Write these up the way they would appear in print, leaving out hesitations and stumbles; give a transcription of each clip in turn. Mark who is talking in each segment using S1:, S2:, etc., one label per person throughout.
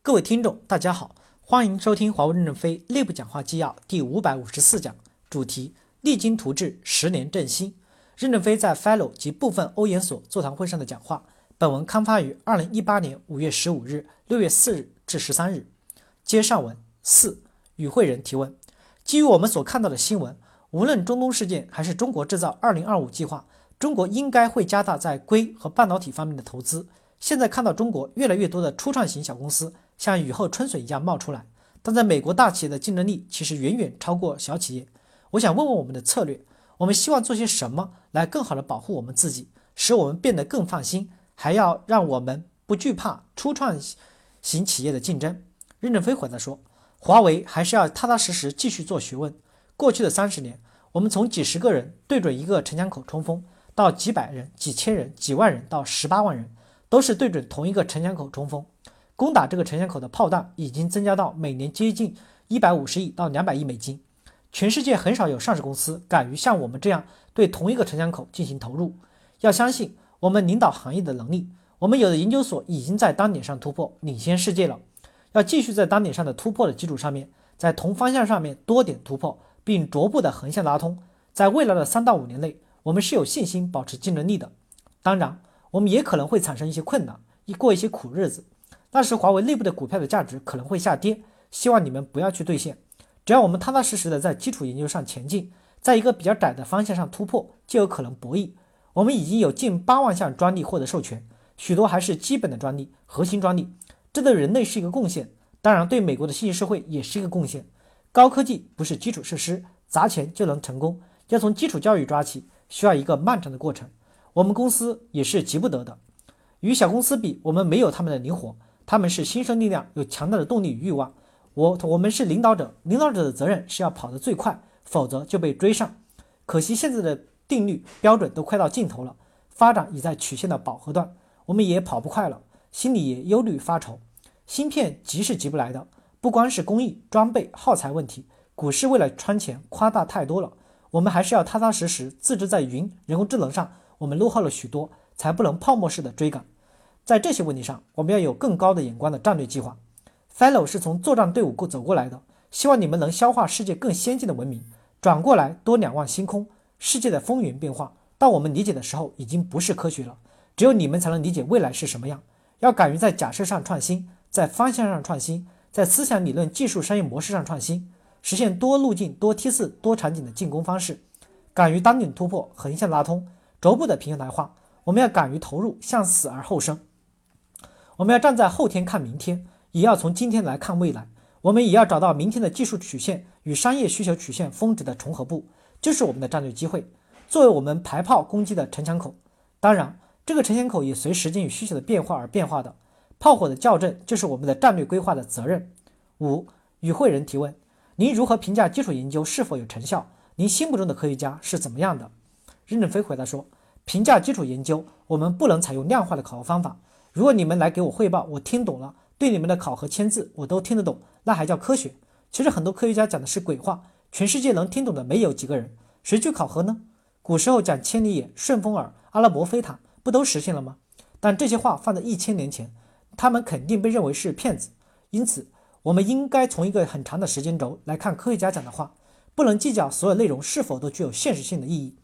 S1: 各位听众，大家好，欢迎收听华为任正非内部讲话纪要第554讲，主题：励精图治，10年振兴。任正非在 Fellow 及部分欧研所座谈会上的讲话。本文刊发于2018年5月15日、6月4日至13日。接上文4，与会人提问：基于我们所看到的新闻，无论中东事件还是中国制造2025计划，中国应该会加大在硅和半导体方面的投资。现在看到中国越来越多的初创型小公司像雨后春笋一样冒出来，但在美国大企业的竞争力其实远远超过小企业。我想问问我们的策略，我们希望做些什么来更好的保护我们自己，使我们变得更放心，还要让我们不惧怕初创型企业的竞争。任正非回答说，华为还是要踏踏实实继续做学问。过去的30年，我们从几十个人对准一个城墙口冲锋，到几百人、几千人、几万人到18万人，都是对准同一个城墙口冲锋。攻打这个城墙口的炮弹已经增加到每年接近150亿到200亿美金。全世界很少有上市公司敢于像我们这样对同一个城墙口进行投入。要相信我们领导行业的能力，我们有的研究所已经在当点上突破，领先世界了。要继续在当点上的突破的基础上面，在同方向上面多点突破，并逐步的横向拉通。在未来的3到5年内，我们是有信心保持竞争力的。当然，我们也可能会产生一些困难，过一些苦日子。那时华为内部的股票的价值可能会下跌，希望你们不要去兑现。只要我们踏踏实实的在基础研究上前进，在一个比较窄的方向上突破，就有可能博弈。我们已经有近8万项专利获得授权，许多还是基本的专利、核心专利，这对人类是一个贡献，当然对美国的信息社会也是一个贡献。高科技不是基础设施砸钱就能成功，要从基础教育抓起，需要一个漫长的过程。我们公司也是急不得的。与小公司比，我们没有他们的灵活，他们是新生力量，有强大的动力与欲望。我们是领导者，领导者的责任是要跑得最快，否则就被追上。可惜现在的定律标准都快到尽头了，发展已在曲线的饱和段，我们也跑不快了，心里也忧虑发愁。芯片急是急不来的，不光是工艺、装备、耗材问题，股市为了穿钱夸大太多了。我们还是要踏踏实实自制，在云、人工智能上我们落后了许多，才不能泡沫式的追赶。在这些问题上，我们要有更高的眼光的战略计划。Fellow 是从作战队伍走过来的，希望你们能消化世界更先进的文明，转过来多仰望星空。世界的风云变化，到我们理解的时候已经不是科学了，只有你们才能理解未来是什么样。要敢于在假设上创新，在方向上创新，在思想理论、技术、商业模式上创新，实现多路径、多梯次、多场景的进攻方式。敢于当顶突破，横向拉通，逐步的平台化。我们要敢于投入，向死而后生。我们要站在后天看明天，也要从今天来看未来。我们也要找到明天的技术曲线与商业需求曲线峰值的重合部，这是我们的战略机会，作为我们排炮攻击的城墙口。当然，这个城墙口也随时间与需求的变化而变化的。炮火的校正就是我们的战略规划的责任。5. 与会人提问：您如何评价基础研究是否有成效？您心目中的科学家是怎么样的？任正非回答说，评价基础研究，我们不能采用量化的考核方法。如果你们来给我汇报，我听懂了，对你们的考核签字我都听得懂，那还叫科学？其实很多科学家讲的是鬼话，全世界能听懂的没有几个人，谁去考核呢？古时候讲千里眼、顺风耳、阿拉伯飞塔，不都实现了吗？但这些话放在1000年前，他们肯定被认为是骗子。因此，我们应该从一个很长的时间轴来看科学家讲的话，不能计较所有内容是否都具有现实性的意义。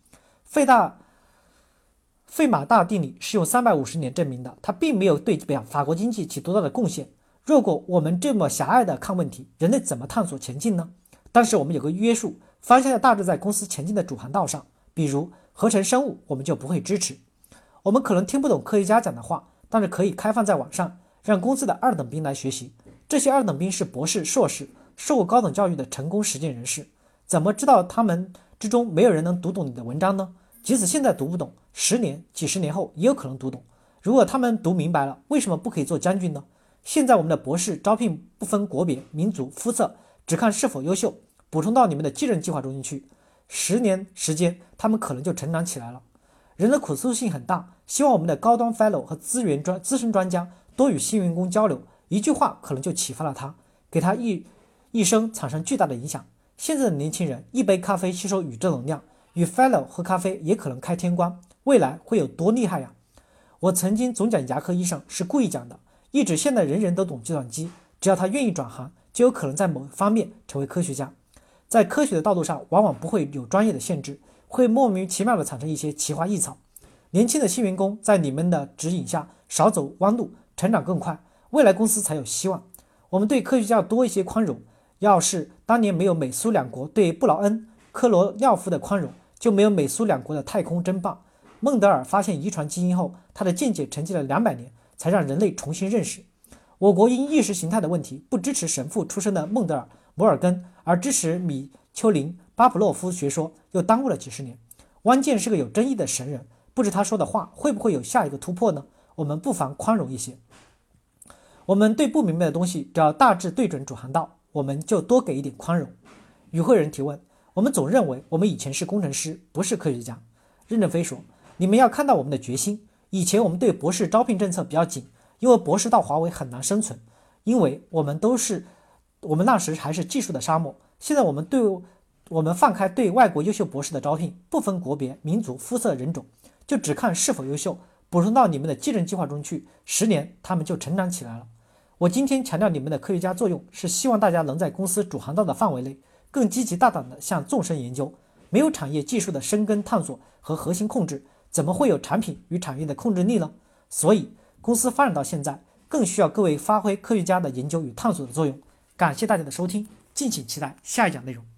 S1: 费马大定理是用350年证明的，它并没有对法国经济起多大的贡献。如果我们这么狭隘的看问题，人类怎么探索前进呢？但是我们有个约束，方向要大致在公司前进的主航道上，比如合成生物，我们就不会支持。我们可能听不懂科学家讲的话，但是可以开放在网上，让公司的二等兵来学习。这些二等兵是博士、硕士，受过高等教育的成功实践人士。怎么知道他们之中没有人能读懂你的文章呢？即使现在读不懂，10年、几十年后也有可能读懂。如果他们读明白了，为什么不可以做将军呢？现在我们的博士招聘不分国别、民族、肤色，只看是否优秀，补充到你们的继任计划中去。10年时间，他们可能就成长起来了。人的可塑性很大，希望我们的高端 fellow 和资深专家多与新员工交流，一句话可能就启发了他，给他一生产生巨大的影响。现在的年轻人一杯咖啡吸收宇宙能量，与 fellow 喝咖啡也可能开天光，未来会有多厉害呀？我曾经总讲牙科医生是故意讲的，一指现在人人都懂计算机， 只要他愿意转行，就有可能在某方面成为科学家。在科学的道路上，往往不会有专业的限制，会莫名其妙地产生一些奇花异草。年轻的新员工在你们的指引下少走弯路，成长更快，未来公司才有希望。我们对科学家要多一些宽容。要是当年没有美苏两国对布劳恩、科罗廖夫的宽容，就没有美苏两国的太空争霸。孟德尔发现遗传基因后，他的见解沉寂了200年，才让人类重新认识。我国因意识形态的问题，不支持神父出身的孟德尔、摩尔根，而支持米丘林、巴甫洛夫学说，又耽误了几十年。汪建是个有争议的神人，不知他说的话会不会有下一个突破呢？我们不妨宽容一些。我们对不明白的东西，只要大致对准主航道，我们就多给一点宽容。与会人提问：我们总认为我们以前是工程师，不是科学家。任正非说：你们要看到我们的决心。以前我们对博士招聘政策比较紧，因为博士到华为很难生存，因为我们那时还是技术的沙漠。现在我们放开对外国优秀博士的招聘，不分国别、民族、肤色、人种，就只看是否优秀，补充到你们的继任计划中去，10年他们就成长起来了。我今天强调你们的科学家作用，是希望大家能在公司主航道的范围内，更积极大胆地向纵深研究。没有产业技术的深耕探索和核心控制，怎么会有产品与产业的控制力呢？所以，公司发展到现在，更需要各位发挥科学家的研究与探索的作用。感谢大家的收听，敬请期待下一讲内容。